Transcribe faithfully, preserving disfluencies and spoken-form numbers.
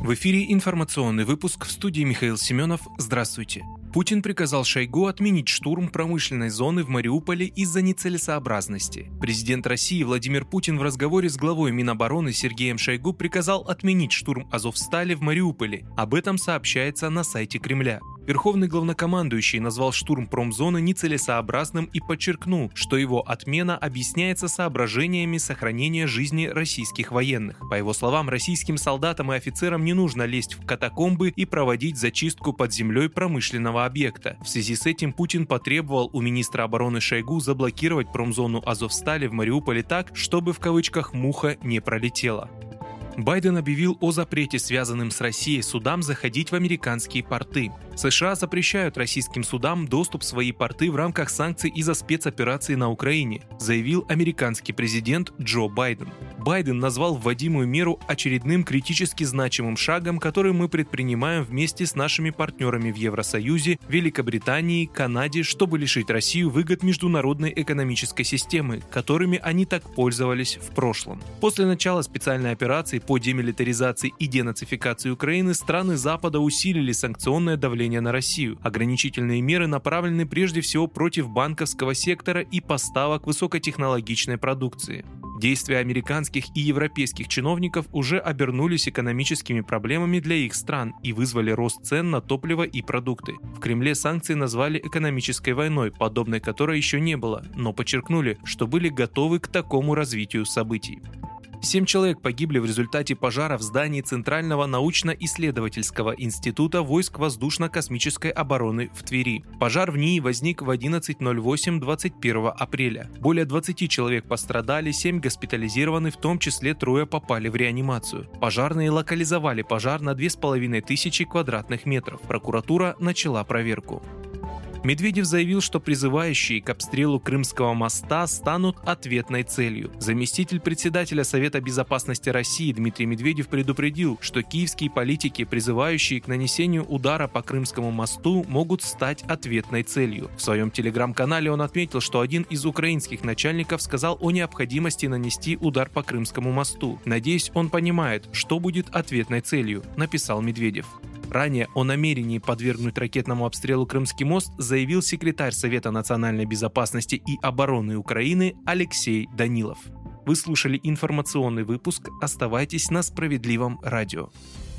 В эфире информационный выпуск, в студии Михаил Семенов. Здравствуйте. Путин приказал Шойгу отменить штурм промышленной зоны в Мариуполе из-за нецелесообразности. Президент России Владимир Путин в разговоре с главой Минобороны Сергеем Шойгу приказал отменить штурм Азовстали в Мариуполе. Об этом сообщается на сайте Кремля. Верховный главнокомандующий назвал штурм промзоны нецелесообразным и подчеркнул, что его отмена объясняется соображениями сохранения жизни российских военных. По его словам, российским солдатам и офицерам не нужно лезть в катакомбы и проводить зачистку под землей промышленного объекта. В связи с этим Путин потребовал у министра обороны Шойгу заблокировать промзону Азовстали в Мариуполе так, чтобы в кавычках «муха не пролетела». Байден объявил о запрете, связанным с Россией, судам заходить в американские порты. США запрещают российским судам доступ в свои порты в рамках санкций из-за спецоперации на Украине, заявил американский президент Джо Байден. Байден назвал вводимую меру очередным критически значимым шагом, который мы предпринимаем вместе с нашими партнерами в Евросоюзе, Великобритании, Канаде, чтобы лишить Россию выгод международной экономической системы, которыми они так пользовались в прошлом. После начала специальной операции по демилитаризации и денацификации Украины страны Запада усилили санкционное давление на Россию. Ограничительные меры направлены прежде всего против банковского сектора и поставок высокотехнологичной продукции. Действия американских и европейских чиновников уже обернулись экономическими проблемами для их стран и вызвали рост цен на топливо и продукты. В Кремле санкции назвали экономической войной, подобной которой еще не было, но подчеркнули, что были готовы к такому развитию событий. Семь человек погибли в результате пожара в здании Центрального научно-исследовательского института войск воздушно-космической обороны в Твери. Пожар в НИИ возник в одиннадцать ноль восемь двадцать первого апреля. Более двадцати человек пострадали, семь госпитализированы, в том числе трое попали в реанимацию. Пожарные локализовали пожар на две с половиной тысячи квадратных метров. Прокуратура начала проверку. Медведев заявил, что призывающие к обстрелу Крымского моста станут ответной целью. Заместитель председателя Совета безопасности России Дмитрий Медведев предупредил, что киевские политики, призывающие к нанесению удара по Крымскому мосту, могут стать ответной целью. В своем телеграм-канале он отметил, что один из украинских начальников сказал о необходимости нанести удар по Крымскому мосту. «Надеюсь, он понимает, что будет ответной целью», — написал Медведев. Ранее о намерении подвергнуть ракетному обстрелу Крымский мост заявил секретарь Совета национальной безопасности и обороны Украины Алексей Данилов. Вы слушали информационный выпуск. Оставайтесь на Справедливом радио.